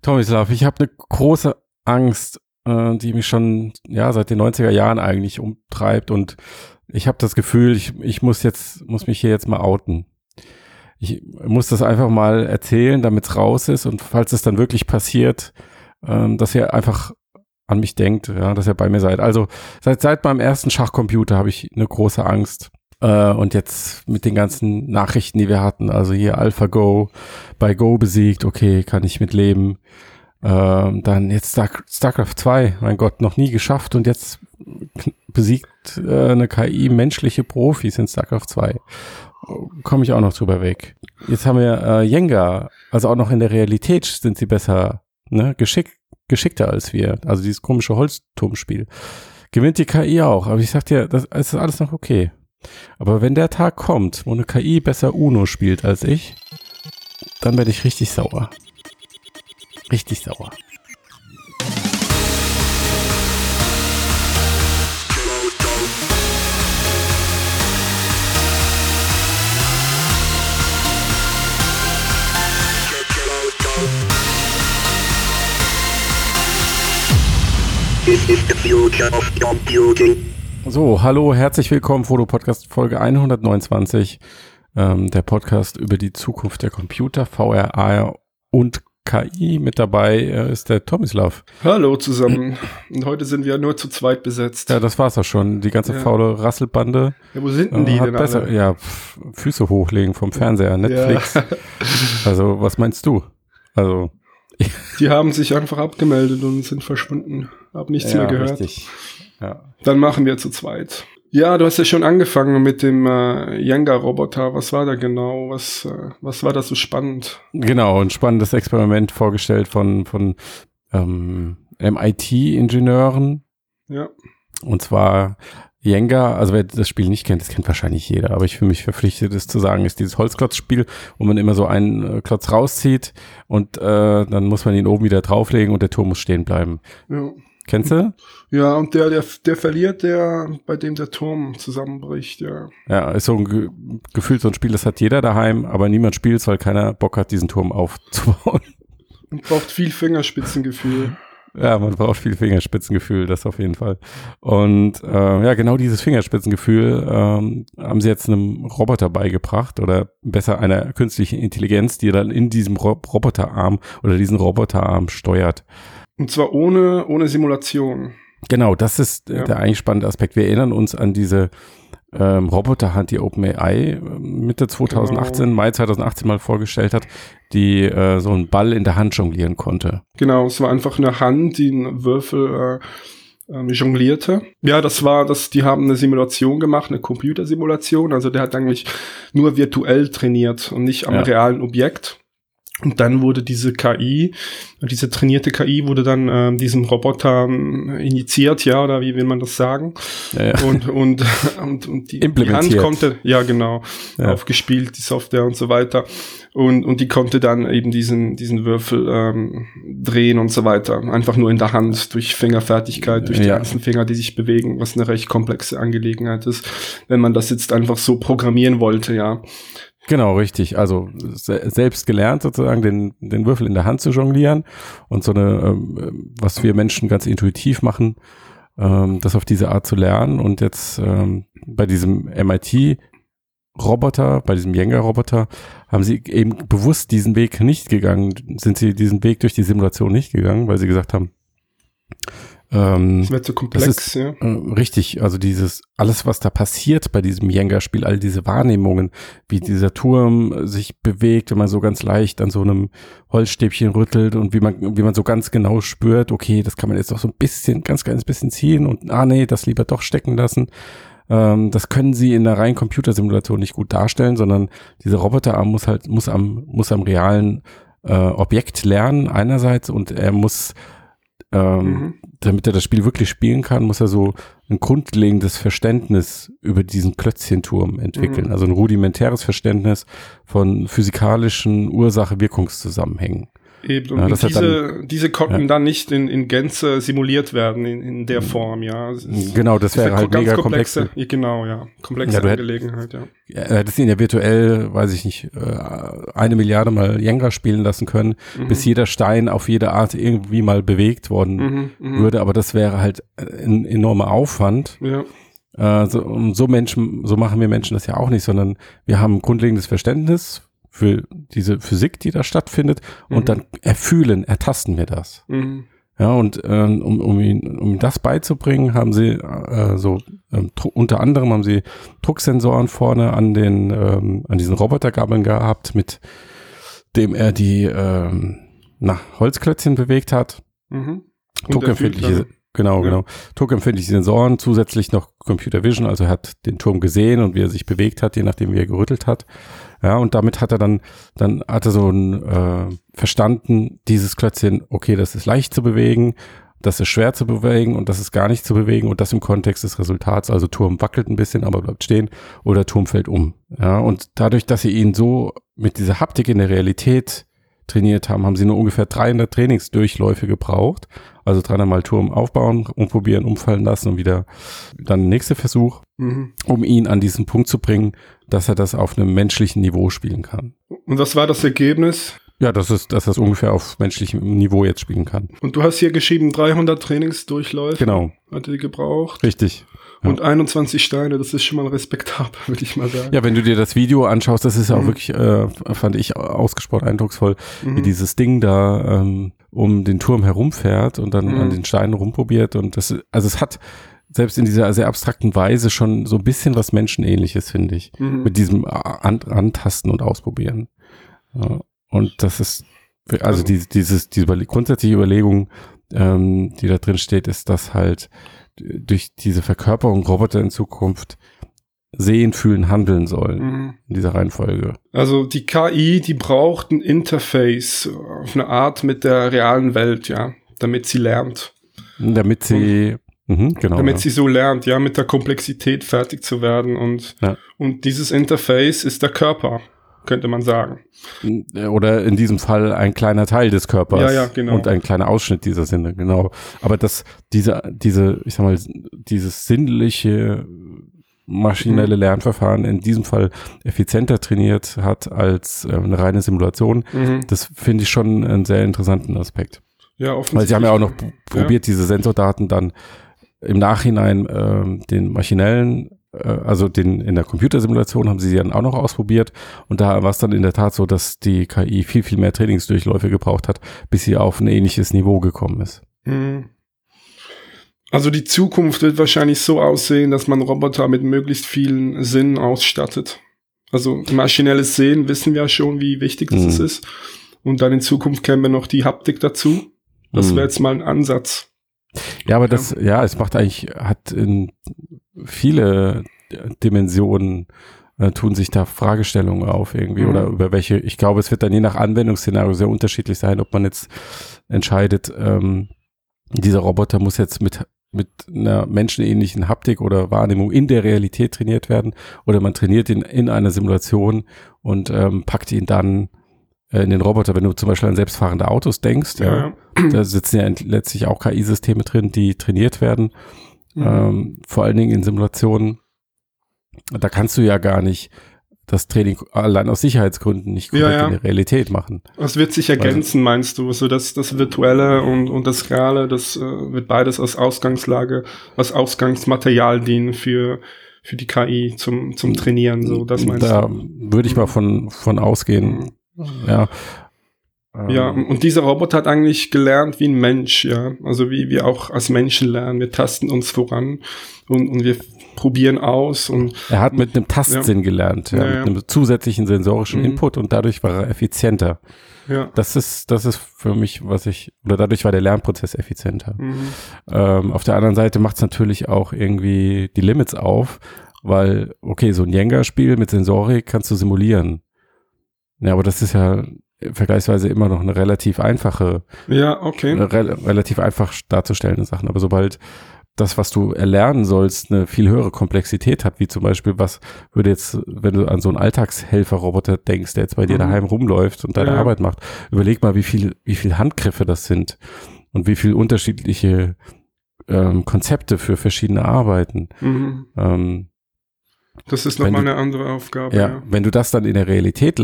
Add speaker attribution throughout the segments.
Speaker 1: Tomislav, ich habe eine große Angst, die mich schon seit den 90er Jahren eigentlich umtreibt, und ich habe das Gefühl, ich muss mich hier jetzt mal outen. Ich muss das einfach mal erzählen, damit es raus ist, und falls es dann wirklich passiert, dass ihr einfach an mich denkt, ja, dass ihr bei mir seid. Also seit meinem ersten Schachcomputer habe ich eine große Angst. Und jetzt mit den ganzen Nachrichten, die wir hatten, also hier AlphaGo, bei Go besiegt, okay, kann ich mit leben. Dann jetzt StarCraft 2, mein Gott, noch nie geschafft, und jetzt besiegt eine KI menschliche Profis in StarCraft 2. Komme ich auch noch drüber weg. Jetzt haben wir Jenga, also auch noch in der Realität sind sie besser, ne, geschickter als wir. Also dieses komische Holzturmspiel. Gewinnt die KI auch, aber ich sag dir, das ist alles noch okay. Aber wenn der Tag kommt, wo eine KI besser Uno spielt als ich, dann werde ich richtig sauer. Richtig sauer.
Speaker 2: This is the future of computing.
Speaker 1: So, hallo, herzlich willkommen, Foto-Podcast Folge 129, der Podcast über die Zukunft der Computer, VR, AR und KI. Mit dabei ist der Tomislav.
Speaker 3: Hallo zusammen. Und heute sind wir nur zu zweit besetzt.
Speaker 1: Ja, das war's auch schon. Die ganze faule Rasselbande.
Speaker 3: Ja, wo sind denn die denn
Speaker 1: besser,
Speaker 3: alle?
Speaker 1: Ja, Füße hochlegen vom Fernseher, Netflix.
Speaker 3: Ja.
Speaker 1: Also, was meinst du? Also,
Speaker 3: die haben sich einfach abgemeldet und sind verschwunden. Hab nichts mehr gehört.
Speaker 1: Richtig. Ja.
Speaker 3: Dann machen wir zu zweit. Ja, du hast ja schon angefangen mit dem Jenga-Roboter. Was war da genau? Was war da so spannend?
Speaker 1: Genau, ein spannendes Experiment vorgestellt von MIT-Ingenieuren.
Speaker 3: Ja.
Speaker 1: Und zwar Jenga, also wer das Spiel nicht kennt, das kennt wahrscheinlich jeder, aber ich fühle mich verpflichtet, es zu sagen, ist dieses Holzklotzspiel, wo man immer so einen Klotz rauszieht und dann muss man ihn oben wieder drauflegen und der Turm muss stehen bleiben.
Speaker 3: Ja.
Speaker 1: Kennst du?
Speaker 3: Ja, und der verliert, bei dem der Turm zusammenbricht, ja.
Speaker 1: Ja, ist so gefühlt so ein Spiel, das hat jeder daheim, aber niemand spielt es, weil keiner Bock hat, diesen Turm aufzubauen.
Speaker 3: Und braucht viel Fingerspitzengefühl.
Speaker 1: Ja, man braucht viel Fingerspitzengefühl, das auf jeden Fall. Und genau dieses Fingerspitzengefühl haben sie jetzt einem Roboter beigebracht, oder besser einer künstlichen Intelligenz, die dann in diesem Roboterarm oder diesen Roboterarm steuert.
Speaker 3: Und zwar ohne Simulation.
Speaker 1: Genau, das ist der eigentlich spannende Aspekt. Wir erinnern uns an diese Roboterhand, die OpenAI Mitte 2018, Mai 2018 mal vorgestellt hat, die so einen Ball in der Hand jonglieren konnte.
Speaker 3: Genau, es war einfach eine Hand, die einen Würfel jonglierte. Ja, die haben eine Simulation gemacht, eine Computersimulation. Also der hat eigentlich nur virtuell trainiert und nicht am realen Objekt. Und dann wurde diese trainierte KI wurde dann diesem Roboter injiziert, ja, oder wie will man das sagen?
Speaker 1: Ja.
Speaker 3: Und die Hand konnte, aufgespielt, die Software und so weiter. Und die konnte dann eben diesen Würfel drehen und so weiter. Einfach nur in der Hand, durch Fingerfertigkeit, durch die ganzen Finger, die sich bewegen, was eine recht komplexe Angelegenheit ist, wenn man das jetzt einfach so programmieren wollte, ja.
Speaker 1: Genau, richtig. Also selbst gelernt sozusagen, den Würfel in der Hand zu jonglieren und so was wir Menschen ganz intuitiv machen, das auf diese Art zu lernen. Und jetzt bei diesem MIT-Roboter, bei diesem Jenga-Roboter, haben sie eben bewusst diesen Weg nicht gegangen, sind sie diesen Weg durch die Simulation nicht gegangen, weil sie gesagt haben,
Speaker 3: das wird so komplex, ja.
Speaker 1: Richtig, also alles, was da passiert bei diesem Jenga-Spiel, all diese Wahrnehmungen, wie dieser Turm sich bewegt, wenn man so ganz leicht an so einem Holzstäbchen rüttelt und wie man so ganz genau spürt, okay, das kann man jetzt doch so ein bisschen, ganz kleines bisschen ziehen und nee, das lieber doch stecken lassen. Das können sie in der reinen Computersimulation nicht gut darstellen, sondern dieser Roboterarm muss am realen Objekt lernen einerseits, und er muss damit er das Spiel wirklich spielen kann, muss er so ein grundlegendes Verständnis über diesen Klötzchenturm entwickeln. Also ein rudimentäres Verständnis von physikalischen Ursache-Wirkungszusammenhängen.
Speaker 3: Eben,
Speaker 1: Ja,
Speaker 3: und
Speaker 1: das hat
Speaker 3: diese konnten dann nicht in Gänze simuliert werden in der Form, ja.
Speaker 1: Genau, das wäre halt mega komplex.
Speaker 3: Genau, ja. Komplexe Angelegenheit, ja.
Speaker 1: Hättest ihn ja virtuell, weiß ich nicht, 1 Milliarde Mal Jenga spielen lassen können, bis jeder Stein auf jede Art irgendwie mal bewegt worden würde, aber das wäre halt ein enormer Aufwand.
Speaker 3: Ja.
Speaker 1: So machen wir Menschen das ja auch nicht, sondern wir haben ein grundlegendes Verständnis für diese Physik, die da stattfindet, und dann ertasten wir das. Ja, und um ihm das beizubringen, haben sie unter anderem haben sie Drucksensoren vorne an diesen Robotergabeln gehabt, mit dem er die Holzklötzchen bewegt hat. Druckempfindliche Druckempfindliche Sensoren, zusätzlich noch Computer Vision, also er hat den Turm gesehen und wie er sich bewegt hat, je nachdem wie er gerüttelt hat. Ja, und damit hat er dann hat er so verstanden, dieses Klötzchen, okay, das ist leicht zu bewegen, das ist schwer zu bewegen und das ist gar nicht zu bewegen, und das im Kontext des Resultats, also Turm wackelt ein bisschen, aber bleibt stehen, oder Turm fällt um. Ja, und dadurch, dass sie ihn so mit dieser Haptik in der Realität trainiert haben, haben sie nur ungefähr 300 Trainingsdurchläufe gebraucht. Also 300 Mal Turm aufbauen, umprobieren, umfallen lassen und wieder dann der nächste Versuch, um ihn an diesen Punkt zu bringen, dass er das auf einem menschlichen Niveau spielen kann.
Speaker 3: Und was war das Ergebnis?
Speaker 1: Ja, dass das ungefähr auf menschlichem Niveau jetzt spielen kann.
Speaker 3: Und du hast hier geschrieben, 300 Trainingsdurchläufe.
Speaker 1: Genau.
Speaker 3: Hat er gebraucht.
Speaker 1: Richtig. Ja.
Speaker 3: Und 21 Steine, das ist schon mal respektabel, würde ich mal sagen.
Speaker 1: Ja, wenn du dir das Video anschaust, das ist ja auch wirklich, fand ich ausgesprochen eindrucksvoll, wie dieses Ding da um den Turm herumfährt und dann an den Steinen rumprobiert. Und es hat selbst in dieser sehr abstrakten Weise schon so ein bisschen was Menschenähnliches, finde ich, mit diesem Antasten und Ausprobieren. Ja. Und das ist, also diese grundsätzliche Überlegung, die da drin steht, ist, dass halt durch diese Verkörperung Roboter in Zukunft sehen, fühlen, handeln sollen in dieser Reihenfolge.
Speaker 3: Also die KI, die braucht ein Interface auf eine Art mit der realen Welt, ja, damit sie lernt.
Speaker 1: Damit sie
Speaker 3: damit sie so lernt, ja, mit der Komplexität fertig zu werden, und dieses Interface ist der Körper, könnte man sagen.
Speaker 1: Oder in diesem Fall ein kleiner Teil des Körpers.
Speaker 3: Ja, genau.
Speaker 1: Und ein kleiner Ausschnitt dieser Sinne, genau. Aber diese, ich sag mal, dieses sinnliche maschinelle Lernverfahren in diesem Fall effizienter trainiert hat als eine reine Simulation, das finde ich schon einen sehr interessanten Aspekt.
Speaker 3: Ja, offensichtlich.
Speaker 1: Weil sie haben ja auch noch probiert, diese Sensordaten dann im Nachhinein den maschinellen, also in der Computersimulation haben sie dann auch noch ausprobiert, und da war es dann in der Tat so, dass die KI viel, viel mehr Trainingsdurchläufe gebraucht hat, bis sie auf ein ähnliches Niveau gekommen ist.
Speaker 3: Also die Zukunft wird wahrscheinlich so aussehen, dass man Roboter mit möglichst vielen Sinnen ausstattet. Also maschinelles Sehen wissen wir ja schon, wie wichtig das ist. Und dann in Zukunft käme noch die Haptik dazu. Das wäre jetzt mal ein Ansatz.
Speaker 1: Ja, aber hat in viele Dimensionen tun sich da Fragestellungen auf irgendwie, oder über welche, ich glaube, es wird dann je nach Anwendungsszenario sehr unterschiedlich sein, ob man jetzt entscheidet, dieser Roboter muss jetzt mit einer menschenähnlichen Haptik oder Wahrnehmung in der Realität trainiert werden, oder man trainiert ihn in einer Simulation und packt ihn dann in den Roboter. Wenn du zum Beispiel an selbstfahrende Autos denkst, da sitzen ja letztlich auch KI-Systeme drin, die trainiert werden, vor allen Dingen in Simulationen. Da kannst du ja gar nicht das Training allein aus Sicherheitsgründen nicht korrekt in der Realität machen.
Speaker 3: Das wird sich ergänzen, meinst du? Also das Virtuelle und das Reale, das wird beides als Ausgangslage, als Ausgangsmaterial dienen für die KI zum Trainieren. So, das meinst du?
Speaker 1: Da würde ich mal von ausgehen. Ja.
Speaker 3: Ja, und dieser Roboter hat eigentlich gelernt wie ein Mensch, ja. Also wie wir auch als Menschen lernen. Wir tasten uns voran und wir probieren aus. Und
Speaker 1: er hat mit einem Tastsinn gelernt, mit einem zusätzlichen sensorischen Input, und dadurch war er effizienter. Ja. Das ist für mich, dadurch war der Lernprozess effizienter. Auf der anderen Seite macht es natürlich auch irgendwie die Limits auf, weil, okay, so ein Jenga-Spiel mit Sensorik kannst du simulieren. Ja, aber das ist ja vergleichsweise immer noch eine relativ einfache, relativ einfach darzustellende Sachen. Aber sobald das, was du erlernen sollst, eine viel höhere Komplexität hat, wie zum Beispiel, was würde jetzt, wenn du an so einen Alltagshelfer-Roboter denkst, der jetzt bei dir daheim rumläuft und deine Arbeit macht, überleg mal, wie viel Handgriffe das sind und wie viel unterschiedliche Konzepte für verschiedene Arbeiten.
Speaker 3: Das ist nochmal eine andere Aufgabe.
Speaker 1: Ja, wenn du das dann in der Realität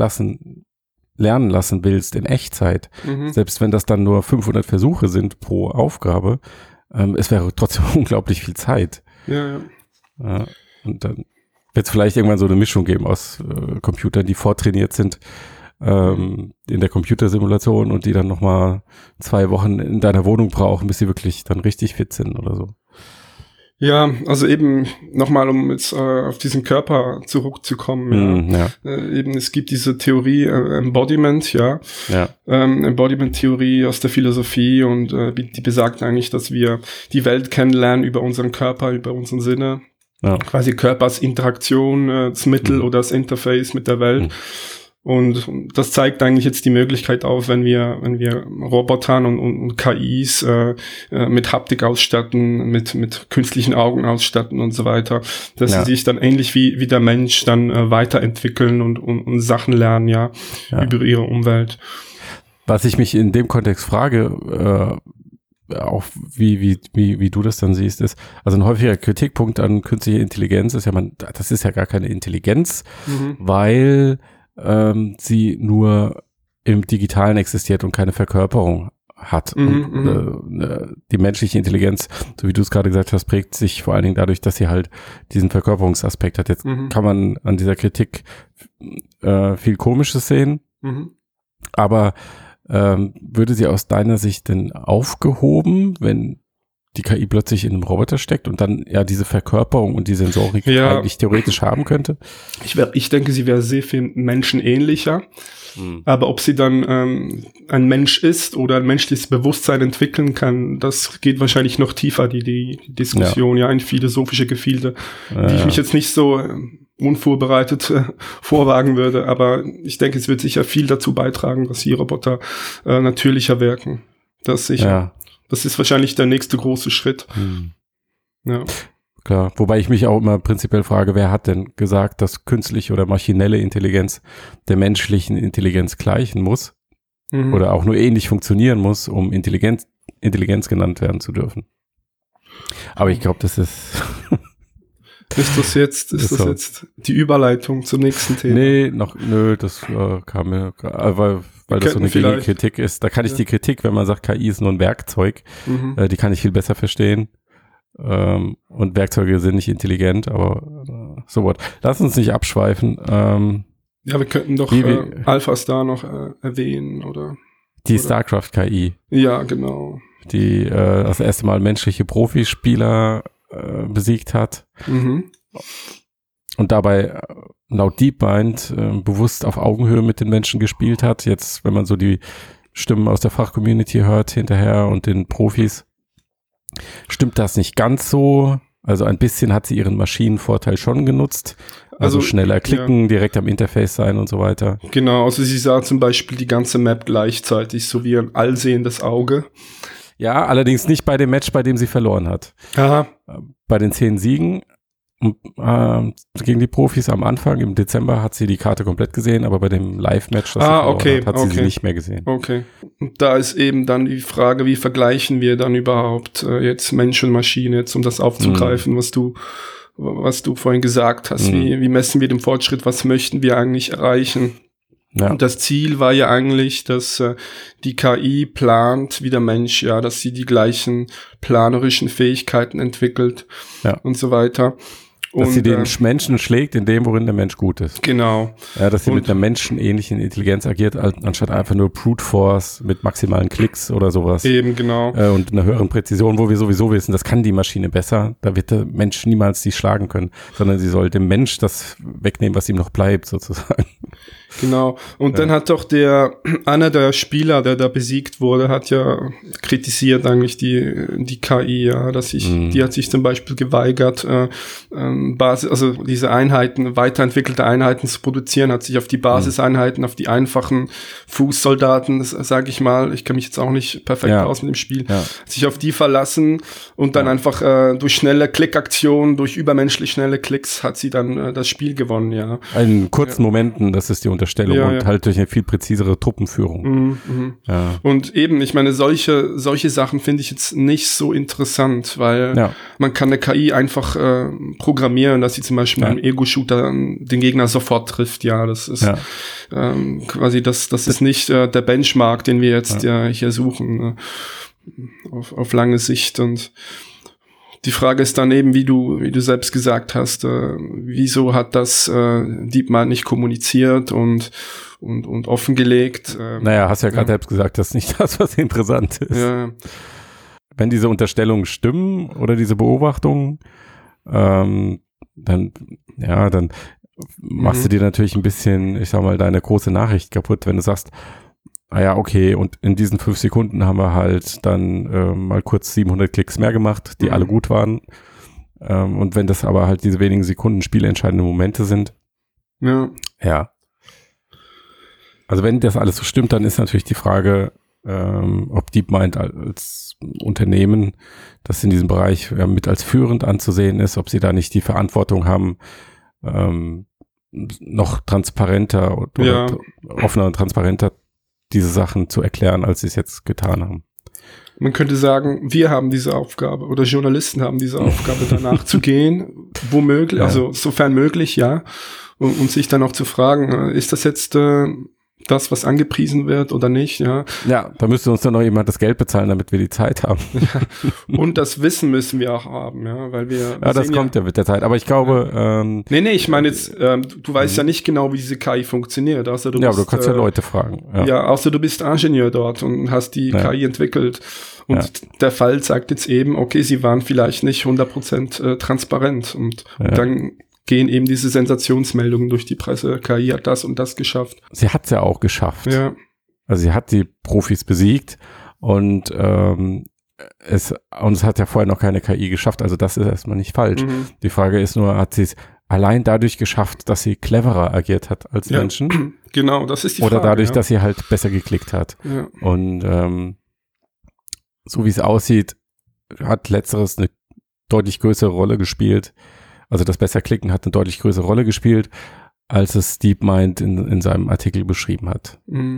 Speaker 1: lernen lassen willst, in Echtzeit, selbst wenn das dann nur 500 Versuche sind pro Aufgabe, es wäre trotzdem unglaublich viel Zeit.
Speaker 3: Ja.
Speaker 1: Und dann wird es vielleicht irgendwann so eine Mischung geben aus Computern, die vortrainiert sind in der Computersimulation und die dann nochmal 2 Wochen in deiner Wohnung brauchen, bis sie wirklich dann richtig fit sind oder so.
Speaker 3: Ja, also eben nochmal, um jetzt auf diesen Körper zurückzukommen. Eben, es gibt diese Theorie Embodiment, Embodiment-Theorie aus der Philosophie und die besagt eigentlich, dass wir die Welt kennenlernen über unseren Körper, über unseren Sinne. Ja. Quasi Körper als Interaktion, das Mittel oder das Interface mit der Welt. Und das zeigt eigentlich jetzt die Möglichkeit auf, wenn wir Robotern und KIs mit Haptik ausstatten, mit künstlichen Augen ausstatten und so weiter, dass sie sich dann ähnlich wie der Mensch dann weiterentwickeln und Sachen lernen, über ihre Umwelt.
Speaker 1: Was ich mich in dem Kontext frage, auch wie du das dann siehst, ist, also ein häufiger Kritikpunkt an künstlicher Intelligenz ist ja, das ist ja gar keine Intelligenz, weil sie nur im Digitalen existiert und keine Verkörperung hat. Und, die menschliche Intelligenz, so wie du es gerade gesagt hast, prägt sich vor allen Dingen dadurch, dass sie halt diesen Verkörperungsaspekt hat. Jetzt kann man an dieser Kritik viel Komisches sehen, aber würde sie aus deiner Sicht denn aufgehoben, wenn die KI plötzlich in einem Roboter steckt und dann diese Verkörperung und die Sensorik eigentlich theoretisch haben könnte?
Speaker 3: Ich denke, sie wäre sehr viel menschenähnlicher. Aber ob sie dann ein Mensch ist oder ein menschliches Bewusstsein entwickeln kann, das geht wahrscheinlich noch tiefer, die Diskussion, in philosophische Gefilde, die ich mich jetzt nicht so unvorbereitet vorwagen würde. Aber ich denke, es wird sicher viel dazu beitragen, dass die Roboter natürlicher wirken. Das sicher. Ja. Das ist wahrscheinlich der nächste große Schritt. Ja.
Speaker 1: Klar, wobei ich mich auch immer prinzipiell frage, wer hat denn gesagt, dass künstliche oder maschinelle Intelligenz der menschlichen Intelligenz gleichen muss oder auch nur ähnlich funktionieren muss, um Intelligenz genannt werden zu dürfen. Aber ich glaube, das ist...
Speaker 3: Ist das jetzt die Überleitung zum nächsten Thema?
Speaker 1: Das kam mir, weil das so eine Kritik ist. Da kann ich die Kritik, wenn man sagt, KI ist nur ein Werkzeug, die kann ich viel besser verstehen. Und Werkzeuge sind nicht intelligent, aber so what. Lass uns nicht abschweifen.
Speaker 3: Wir könnten doch AlphaStar noch erwähnen, oder?
Speaker 1: Die StarCraft-KI.
Speaker 3: Ja, genau.
Speaker 1: Die das erste Mal menschliche Profispieler besiegt hat. Und dabei laut DeepMind bewusst auf Augenhöhe mit den Menschen gespielt hat. Jetzt, wenn man so die Stimmen aus der Fachcommunity hört hinterher und den Profis, stimmt das nicht ganz so. Also ein bisschen hat sie ihren Maschinenvorteil schon genutzt. Also schneller klicken, direkt am Interface sein und so weiter.
Speaker 3: Genau, also sie sah zum Beispiel die ganze Map gleichzeitig, so wie ein allsehendes Auge.
Speaker 1: Ja, allerdings nicht bei dem Match, bei dem sie verloren hat.
Speaker 3: Aha.
Speaker 1: Bei den 10 Siegen gegen die Profis am Anfang, im Dezember, hat sie die Karte komplett gesehen, aber bei dem Live-Match, das sie verloren hat sie nicht mehr gesehen.
Speaker 3: Okay. Und da ist eben dann die Frage, wie vergleichen wir dann überhaupt jetzt Mensch und Maschine, jetzt um das aufzugreifen, was du vorhin gesagt hast. Wie messen wir den Fortschritt? Was möchten wir eigentlich erreichen? Ja. Und das Ziel war ja eigentlich, dass die KI plant wie der Mensch, dass sie die gleichen planerischen Fähigkeiten entwickelt und so weiter.
Speaker 1: Dass sie den Menschen schlägt in dem, worin der Mensch gut ist.
Speaker 3: Genau.
Speaker 1: Ja, dass sie mit einer menschenähnlichen Intelligenz agiert, anstatt einfach nur Brute Force mit maximalen Klicks oder sowas.
Speaker 3: Eben, genau.
Speaker 1: Und einer höheren Präzision, wo wir sowieso wissen, das kann die Maschine besser. Da wird der Mensch niemals die schlagen können, sondern sie soll dem Mensch das wegnehmen, was ihm noch bleibt, sozusagen.
Speaker 3: Genau. Und dann hat doch einer der Spieler, der da besiegt wurde, hat ja kritisiert eigentlich die KI, ja, die hat sich zum Beispiel geweigert, also diese Einheiten, weiterentwickelte Einheiten zu produzieren, hat sich auf die Basiseinheiten, auf die einfachen Fußsoldaten, sage ich mal, ich kenne mich jetzt auch nicht perfekt aus mit dem Spiel, sich auf die verlassen und dann einfach durch schnelle Klickaktionen, durch übermenschlich schnelle Klicks hat sie dann das Spiel gewonnen, ja.
Speaker 1: In kurzen Momenten, das ist die Unterstellung und halt durch eine viel präzisere Truppenführung. Ja.
Speaker 3: Und eben, ich meine, solche Sachen finde ich jetzt nicht so interessant, weil man kann eine KI einfach programmieren, dass sie zum Beispiel beim Ego-Shooter den Gegner sofort trifft. Ja, das ist quasi, das ist nicht der Benchmark, den wir jetzt hier suchen, auf lange Sicht. Und die Frage ist dann eben, wie du selbst gesagt hast, wieso hat das DeepMind nicht kommuniziert und offengelegt?
Speaker 1: Naja, hast ja gerade selbst gesagt, das ist nicht das, was interessant ist. Ja. Wenn diese Unterstellungen stimmen oder diese Beobachtungen, dann machst du dir natürlich ein bisschen, ich sag mal, deine große Nachricht kaputt, wenn du sagst, okay, und in diesen 5 Sekunden haben wir halt dann mal kurz 700 Klicks mehr gemacht, die alle gut waren. Und wenn das aber halt diese wenigen Sekunden spielentscheidende Momente sind. Ja. Also wenn das alles so stimmt, dann ist natürlich die Frage, ob DeepMind als Unternehmen, das in diesem Bereich mit als führend anzusehen ist, ob sie da nicht die Verantwortung haben, noch transparenter oder offener und transparenter diese Sachen zu erklären, als sie es jetzt getan haben.
Speaker 3: Man könnte sagen, wir haben diese Aufgabe oder Journalisten haben diese Aufgabe, danach zu gehen, womöglich, also sofern möglich, und sich dann auch zu fragen, ist das jetzt das, was angepriesen wird oder nicht, ja.
Speaker 1: Ja, da müsste uns dann noch jemand das Geld bezahlen, damit wir die Zeit haben.
Speaker 3: Und das Wissen müssen wir auch haben, weil wir
Speaker 1: das kommt ja mit der Zeit, aber ich glaube...
Speaker 3: Nee, ich meine jetzt, du weißt ja nicht genau, wie diese KI funktioniert, außer du bist,
Speaker 1: aber du kannst ja Leute fragen.
Speaker 3: Ja, außer du bist Ingenieur dort und hast die KI entwickelt. Und der Fall sagt jetzt eben, okay, sie waren vielleicht nicht 100% transparent und dann gehen eben diese Sensationsmeldungen durch die Presse. KI hat das und das geschafft.
Speaker 1: Sie hat es ja auch geschafft.
Speaker 3: Ja.
Speaker 1: Also sie hat die Profis besiegt und es hat ja vorher noch keine KI geschafft. Also das ist erstmal nicht falsch. Die Frage ist nur, hat sie es allein dadurch geschafft, dass sie cleverer agiert hat als Menschen?
Speaker 3: Genau, das ist die Frage.
Speaker 1: Oder dadurch, dass sie halt besser geklickt hat.
Speaker 3: Ja.
Speaker 1: Und so wie es aussieht, hat Letzteres eine deutlich größere Rolle gespielt. Also das besser Klicken hat eine deutlich größere Rolle gespielt, als es DeepMind in seinem Artikel beschrieben hat.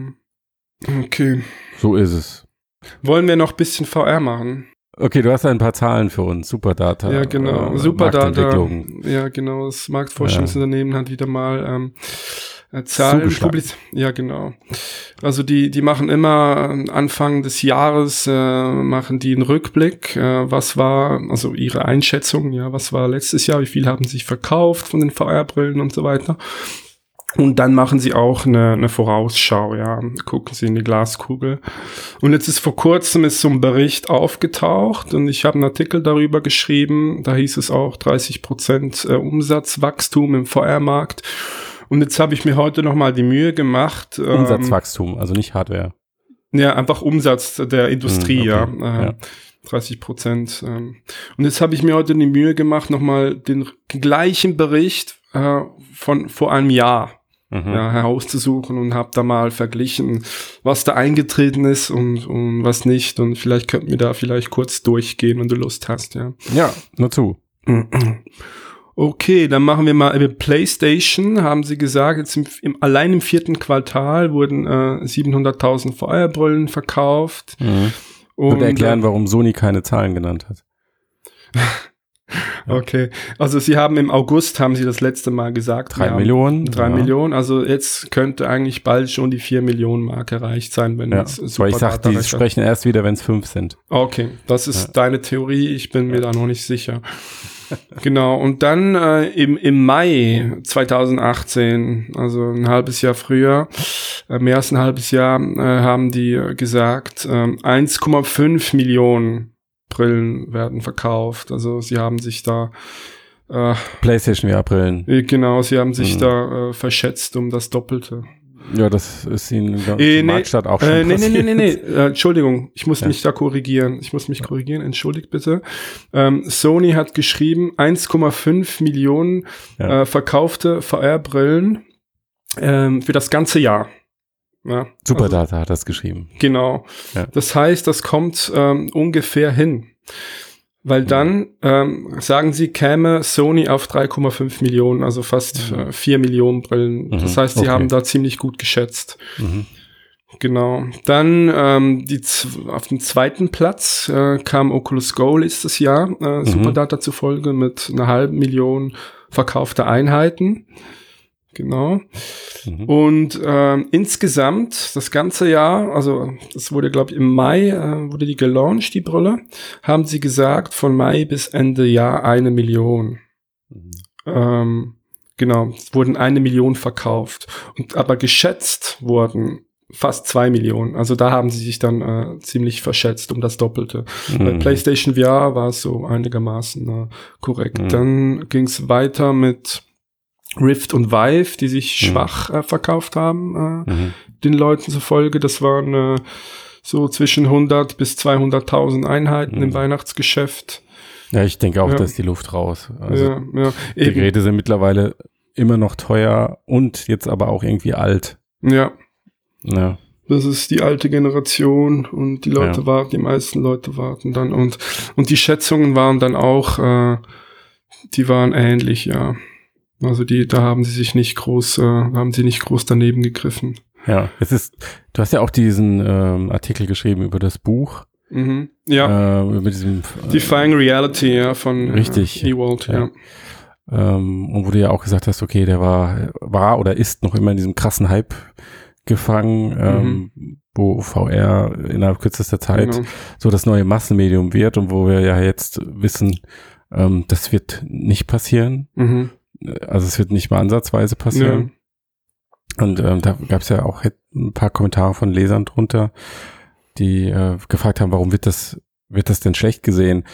Speaker 3: Okay.
Speaker 1: So ist es.
Speaker 3: Wollen wir noch ein bisschen VR machen?
Speaker 1: Okay, du hast ein paar Zahlen für uns. Superdata.
Speaker 3: Ja, genau. Superdata. Ja, genau. Das Marktforschungsunternehmen hat wieder mal Zahlen publiziert. Ja, genau. Also die machen immer Anfang des Jahres machen die einen Rückblick. Was war, also ihre Einschätzung, was war letztes Jahr, wie viel haben sich verkauft von den VR-Brillen und so weiter. Und dann machen sie auch eine Vorausschau, gucken sie in die Glaskugel. Und jetzt ist vor kurzem so ein Bericht aufgetaucht und ich habe einen Artikel darüber geschrieben, da hieß es auch 30% Umsatzwachstum im VR-Markt. Und jetzt habe ich mir heute nochmal die Mühe gemacht.
Speaker 1: Umsatzwachstum, also nicht Hardware.
Speaker 3: Ja, einfach Umsatz der Industrie,
Speaker 1: okay.
Speaker 3: 30%. Und jetzt habe ich mir heute die Mühe gemacht, nochmal den gleichen Bericht von vor einem Jahr herauszusuchen und habe da mal verglichen, was da eingetreten ist und was nicht. Und vielleicht könnten wir da kurz durchgehen, wenn du Lust hast.
Speaker 1: Ja, nur zu.
Speaker 3: Okay, dann machen wir mal über PlayStation, haben sie gesagt, jetzt allein im 4. Quartal wurden 700.000 VR-Brillen verkauft.
Speaker 1: Und erklären, warum Sony keine Zahlen genannt hat.
Speaker 3: Okay, also sie haben im August, haben sie das letzte Mal gesagt.
Speaker 1: 3 Millionen.
Speaker 3: 3 Millionen, also jetzt könnte eigentlich bald schon die 4 Millionen Marke erreicht sein, wenn es
Speaker 1: Weil ich sag, die sprechen erst wieder, wenn es 5 sind.
Speaker 3: Okay, das ist deine Theorie, ich bin mir da noch nicht sicher. Genau, und dann im Mai 2018, also ein halbes Jahr früher, mehr als ein halbes Jahr, haben die gesagt, 1,5 Millionen Brillen werden verkauft. Also sie haben sich da
Speaker 1: PlayStation VR-Brillen.
Speaker 3: Genau, sie haben sich da verschätzt um das Doppelte.
Speaker 1: Ja, das ist Ihnen im Marktstart auch schon passiert.
Speaker 3: Nee. Entschuldigung, ich muss mich da korrigieren. Entschuldigt bitte. Sony hat geschrieben, 1,5 Millionen verkaufte VR-Brillen für das ganze Jahr. Ja,
Speaker 1: Superdata hat das geschrieben.
Speaker 3: Genau. Ja. Das heißt, das kommt ungefähr hin. Weil dann, sagen sie, käme Sony auf 3,5 Millionen, also fast 4 Millionen Brillen. Das heißt, sie haben da ziemlich gut geschätzt. Genau. Dann auf dem zweiten Platz kam Oculus Go letztes Jahr, Superdata zufolge, mit 500.000 verkaufter Einheiten. Genau. Und insgesamt das ganze Jahr, also das wurde, glaube ich, im Mai wurde die gelauncht, die Brille, haben sie gesagt, von Mai bis Ende Jahr 1 Million. Genau, es wurden 1 Million verkauft. Aber geschätzt wurden fast 2 Millionen. Also da haben sie sich dann ziemlich verschätzt um das Doppelte. Bei PlayStation VR war es so einigermaßen korrekt. Dann ging es weiter mit Rift und Vive, die sich schwach verkauft haben, den Leuten zufolge. Das waren so zwischen 100 bis 200.000 Einheiten im Weihnachtsgeschäft.
Speaker 1: Ja, ich denke auch, da ist die Luft raus. Also die Geräte sind mittlerweile immer noch teuer und jetzt aber auch irgendwie alt.
Speaker 3: Ja. Das ist die alte Generation und die Leute warten, die meisten Leute warten dann. Und die Schätzungen waren dann auch, die waren ähnlich, ja. Also da haben sie nicht groß daneben gegriffen.
Speaker 1: Ja, du hast ja auch diesen Artikel geschrieben über das Buch.
Speaker 3: Ja.
Speaker 1: Mit diesem
Speaker 3: Defying Reality, von Ewald, ja.
Speaker 1: Und wo du ja auch gesagt hast, okay, der war oder ist noch immer in diesem krassen Hype gefangen, wo VR innerhalb kürzester Zeit so das neue Massenmedium wird und wo wir ja jetzt wissen, das wird nicht passieren. Also es wird nicht mal ansatzweise passieren. Ja. Und da gab es ja auch ein paar Kommentare von Lesern drunter, die gefragt haben, warum wird das denn schlecht gesehen?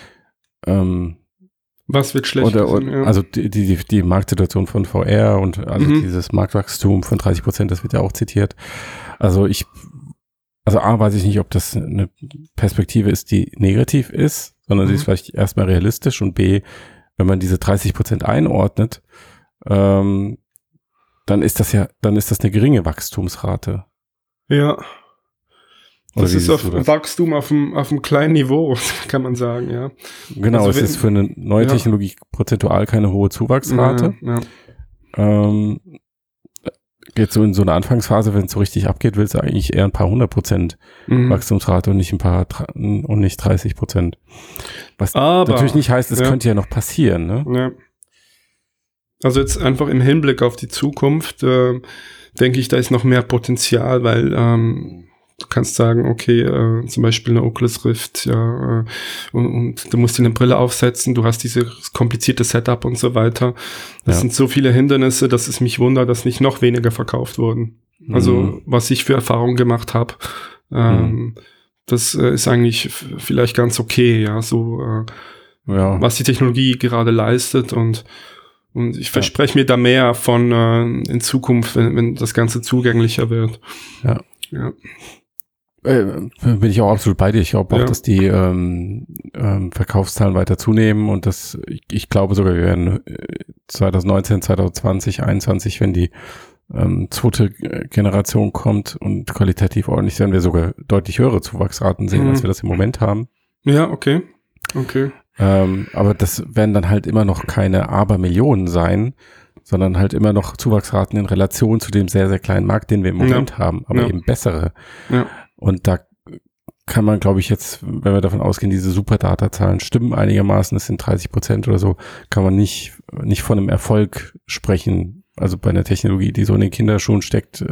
Speaker 3: Was wird schlecht gesehen? Ja.
Speaker 1: Also die Marktsituation von VR und also dieses Marktwachstum von 30%, das wird ja auch zitiert. Also A, weiß ich nicht, ob das eine Perspektive ist, die negativ ist, sondern sie ist vielleicht erstmal realistisch, und B, wenn man diese 30% einordnet, dann ist das eine geringe Wachstumsrate.
Speaker 3: Ja. Das ist Wachstum auf einem kleinen Niveau, kann man sagen, ja.
Speaker 1: Genau, also es ist für eine neue Technologie prozentual keine hohe Zuwachsrate. Geht so in so einer Anfangsphase, wenn es so richtig abgeht, willst du eigentlich eher ein paar 100% Wachstumsrate und nicht 30%. Was natürlich nicht heißt, es könnte ja noch passieren, ne?
Speaker 3: Ja. Also jetzt einfach im Hinblick auf die Zukunft, denke ich, da ist noch mehr Potenzial, weil du kannst sagen, okay, zum Beispiel eine Oculus Rift, und du musst dir eine Brille aufsetzen, du hast dieses komplizierte Setup und so weiter. Das sind so viele Hindernisse, dass es mich wundert, dass nicht noch weniger verkauft wurden. Also was ich für Erfahrungen gemacht habe, das ist eigentlich vielleicht ganz okay, was die Technologie gerade leistet, und ich verspreche mir da mehr von in Zukunft, wenn das Ganze zugänglicher wird.
Speaker 1: Ja. Bin ich auch absolut bei dir. Ich glaube auch, dass die Verkaufszahlen weiter zunehmen, und ich glaube sogar, wir werden 2019, 2020, 2021, wenn die zweite Generation kommt und qualitativ ordentlich, werden wir sogar deutlich höhere Zuwachsraten sehen, als wir das im Moment haben.
Speaker 3: Ja, okay.
Speaker 1: Aber das werden dann halt immer noch keine Abermillionen sein, sondern halt immer noch Zuwachsraten in Relation zu dem sehr, sehr kleinen Markt, den wir im Moment haben, aber eben bessere. Ja. Und da kann man, glaube ich, jetzt, wenn wir davon ausgehen, diese Superdata-Zahlen stimmen einigermaßen, es sind 30% oder so, kann man nicht von einem Erfolg sprechen. Also bei einer Technologie, die so in den Kinderschuhen steckt,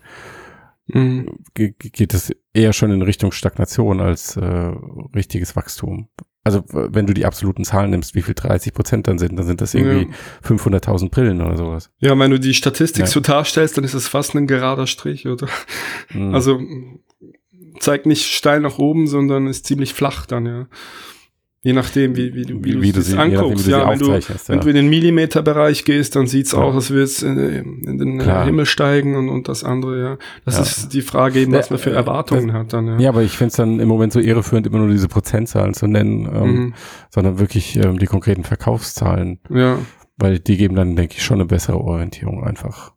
Speaker 1: geht es eher schon in Richtung Stagnation als richtiges Wachstum. Also wenn du die absoluten Zahlen nimmst, wie viel 30% dann sind das irgendwie 500.000 Brillen oder sowas.
Speaker 3: Ja, wenn du die Statistik so darstellst, dann ist es fast ein gerader Strich, oder? Also zeigt nicht steil nach oben, sondern ist ziemlich flach dann, ja. Je nachdem, wie du es anguckst. Wenn du in den Millimeterbereich gehst, dann sieht's aus, als würde es in den Himmel steigen und das andere, ja. Das ist die Frage eben, was man für Erwartungen hat dann, ja.
Speaker 1: Ja, aber ich finde es dann im Moment so irreführend, immer nur diese Prozentzahlen zu nennen, sondern wirklich die konkreten Verkaufszahlen.
Speaker 3: Ja.
Speaker 1: Weil die geben dann, denke ich, schon eine bessere Orientierung einfach.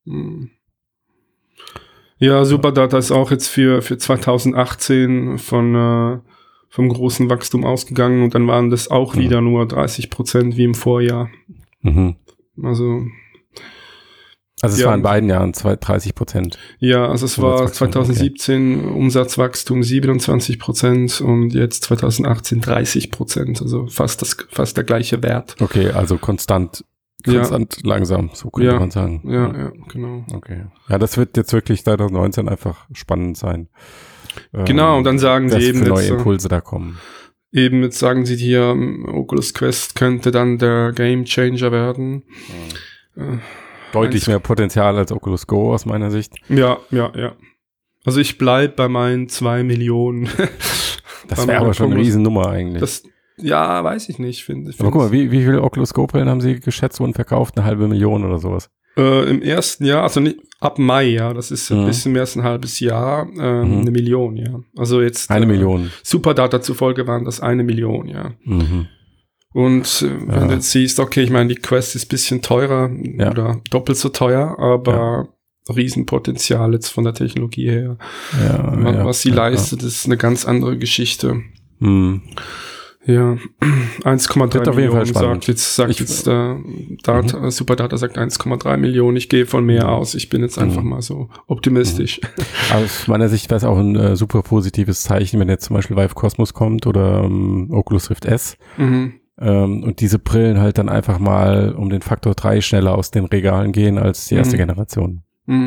Speaker 3: Ja, Superdata ist auch jetzt für 2018 vom großen Wachstum ausgegangen und dann waren das auch wieder nur 30% wie im Vorjahr. Also
Speaker 1: es war in beiden Jahren 30%.
Speaker 3: Ja, also es war 2017 Umsatzwachstum 27% und jetzt 2018 30%, also fast der gleiche Wert.
Speaker 1: Okay, also konstant langsam, so könnte man sagen.
Speaker 3: Ja, genau.
Speaker 1: Okay. Ja, das wird jetzt wirklich 2019 einfach spannend sein.
Speaker 3: Genau, und dann sagen sie eben
Speaker 1: für neue Impulse da kommen.
Speaker 3: Eben, jetzt sagen sie hier, Oculus Quest könnte dann der Game Changer werden.
Speaker 1: Deutlich mehr Potenzial als Oculus Go aus meiner Sicht.
Speaker 3: Ja. Also ich bleib bei meinen 2 Millionen.
Speaker 1: Das wäre aber schon eine Riesennummer eigentlich.
Speaker 3: Weiß ich nicht, finde ich.
Speaker 1: Aber guck mal, wie viele Oculus Go-Brillen haben sie geschätzt und verkauft? 500.000 oder sowas?
Speaker 3: Im ersten Jahr, also nicht, ab Mai, ja, das ist ein bisschen mehr als ein halbes Jahr, 1 Million, ja. Also jetzt
Speaker 1: 1 Million.
Speaker 3: Superdata zufolge waren das 1 Million, ja. Und wenn du jetzt siehst, okay, ich meine, die Quest ist ein bisschen teurer oder doppelt so teuer, aber Riesenpotenzial jetzt von der Technologie her. Was sie leistet, ist eine ganz andere Geschichte. Ja, 1,3 Millionen sagt jetzt Superdata sagt 1,3 Millionen. Ich gehe von mehr aus. Ich bin jetzt einfach mal so optimistisch.
Speaker 1: Aus meiner Sicht wäre es auch ein super positives Zeichen, wenn jetzt zum Beispiel Vive Cosmos kommt oder Oculus Rift S. Und diese Brillen halt dann einfach mal um den Faktor 3 schneller aus den Regalen gehen als die erste Generation.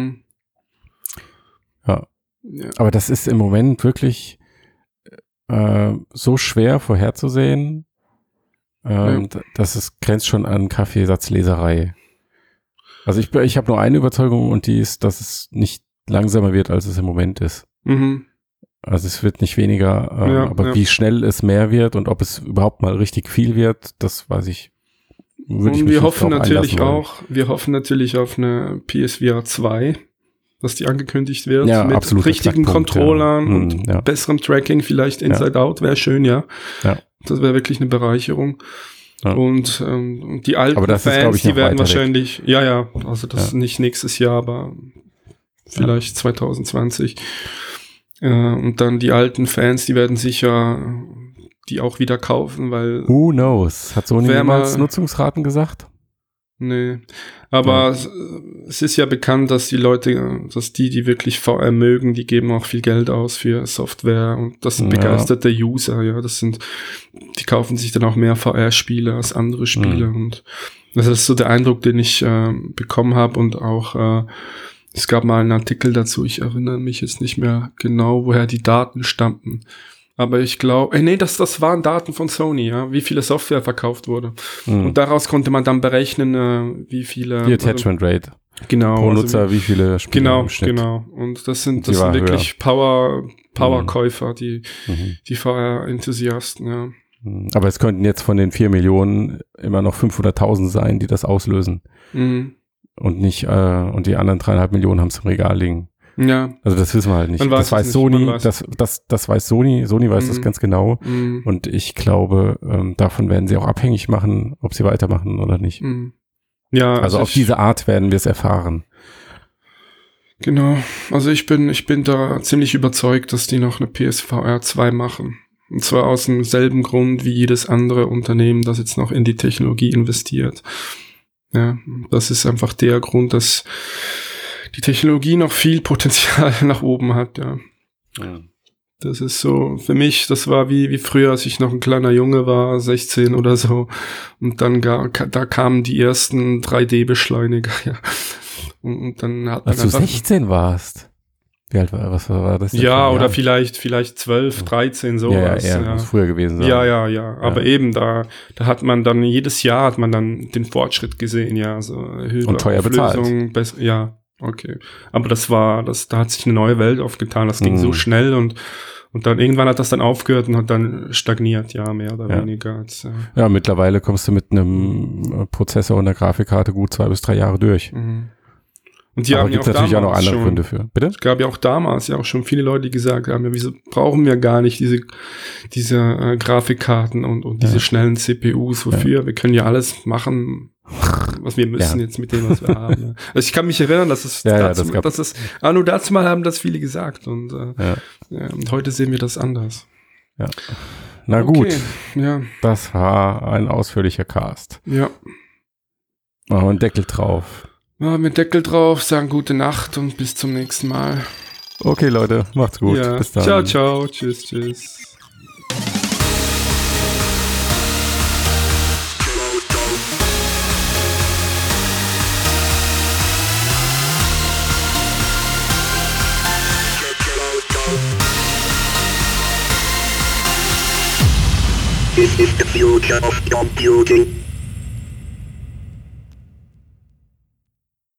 Speaker 1: Ja. Aber das ist im Moment wirklich so schwer vorherzusehen, dass es grenzt schon an Kaffeesatzleserei. Also ich habe nur eine Überzeugung und die ist, dass es nicht langsamer wird, als es im Moment ist. Also es wird nicht weniger, aber wie schnell es mehr wird und ob es überhaupt mal richtig viel wird, das weiß ich.
Speaker 3: Und wir hoffen natürlich auf eine PSVR 2. Dass die angekündigt wird mit richtigen Controllern und besserem Tracking, vielleicht Inside-Out, wäre schön, ja. Das wäre wirklich eine Bereicherung. Und die alten Fans, die werden wahrscheinlich, also das nicht nächstes Jahr, aber vielleicht 2020. Und dann die alten Fans, die werden sicher die auch wieder kaufen, weil
Speaker 1: who knows? Hat Sony jemals Nutzungsraten gesagt?
Speaker 3: Nee, aber es ist ja bekannt, dass die Leute, dass die wirklich VR mögen, die geben auch viel Geld aus für Software und das sind begeisterte User, die kaufen sich dann auch mehr VR-Spiele als andere Spiele und das ist so der Eindruck, den ich bekommen habe und auch es gab mal einen Artikel dazu, ich erinnere mich jetzt nicht mehr genau, woher die Daten stammten. Aber ich glaube, das waren Daten von Sony, wie viele Software verkauft wurde. Und daraus konnte man dann berechnen, wie viele...
Speaker 1: Die Attachment Rate.
Speaker 3: Genau.
Speaker 1: Pro Nutzer, wie viele Spiele im Schnitt.
Speaker 3: Genau. Und das sind wirklich Powerkäufer, die VR-Enthusiasten, ja.
Speaker 1: Aber es könnten jetzt von den 4 Millionen immer noch 500.000 sein, die das auslösen. Und nicht, und die anderen 3,5 Millionen haben es im Regal liegen.
Speaker 3: Ja.
Speaker 1: Also das wissen wir halt nicht. Das weiß Sony, das weiß Sony. Sony weiß das ganz genau. Und ich glaube, davon werden sie auch abhängig machen, ob sie weitermachen oder nicht.
Speaker 3: Ja.
Speaker 1: Also auf diese Art werden wir es erfahren.
Speaker 3: Genau. Also ich bin da ziemlich überzeugt, dass die noch eine PSVR 2 machen. Und zwar aus demselben Grund wie jedes andere Unternehmen, das jetzt noch in die Technologie investiert. Ja, das ist einfach der Grund, dass die Technologie noch viel Potenzial nach oben hat, ja. Das ist so, für mich, das war wie früher, als ich noch ein kleiner Junge war, 16 oder so. Und dann da kamen die ersten 3D-Beschleuniger, ja. Und dann hat man
Speaker 1: als du 16 warst? Wie alt was war das denn?
Speaker 3: Ja, oder vielleicht 12, 13, sowas.
Speaker 1: Ja, muss früher gewesen sein.
Speaker 3: Ja. Aber eben, da hat man dann, jedes Jahr hat man dann den Fortschritt gesehen, ja. So höhere
Speaker 1: und teuer
Speaker 3: Auflösung,
Speaker 1: bezahlt.
Speaker 3: Ja. Okay. Aber da hat sich eine neue Welt aufgetan. Das ging so schnell und Und dann irgendwann hat das dann aufgehört und hat dann stagniert, ja, mehr oder weniger.
Speaker 1: Ja, mittlerweile kommst du mit einem Prozessor und einer Grafikkarte gut 2 bis 3 Jahre durch.
Speaker 3: Mhm. Und die
Speaker 1: aber
Speaker 3: haben
Speaker 1: gibt es natürlich auch noch andere Gründe für. Bitte?
Speaker 3: Es gab ja auch damals ja auch schon viele Leute, die gesagt haben, ja, wieso brauchen wir gar nicht diese Grafikkarten und diese schnellen CPUs, wofür? Wir können ja alles machen, was wir müssen jetzt mit dem, was wir haben. Ja. Also ich kann mich erinnern, dass es nur dazu mal haben das viele gesagt und heute sehen wir das anders.
Speaker 1: Ja. Na gut, das war ein ausführlicher Cast.
Speaker 3: Ja.
Speaker 1: Machen wir einen Deckel drauf.
Speaker 3: Machen wir einen Deckel drauf, sagen gute Nacht und bis zum nächsten Mal.
Speaker 1: Okay, Leute, macht's gut.
Speaker 3: Ja.
Speaker 1: Bis dann.
Speaker 3: Ciao, ciao. Tschüss, tschüss.
Speaker 2: This is the future of computing.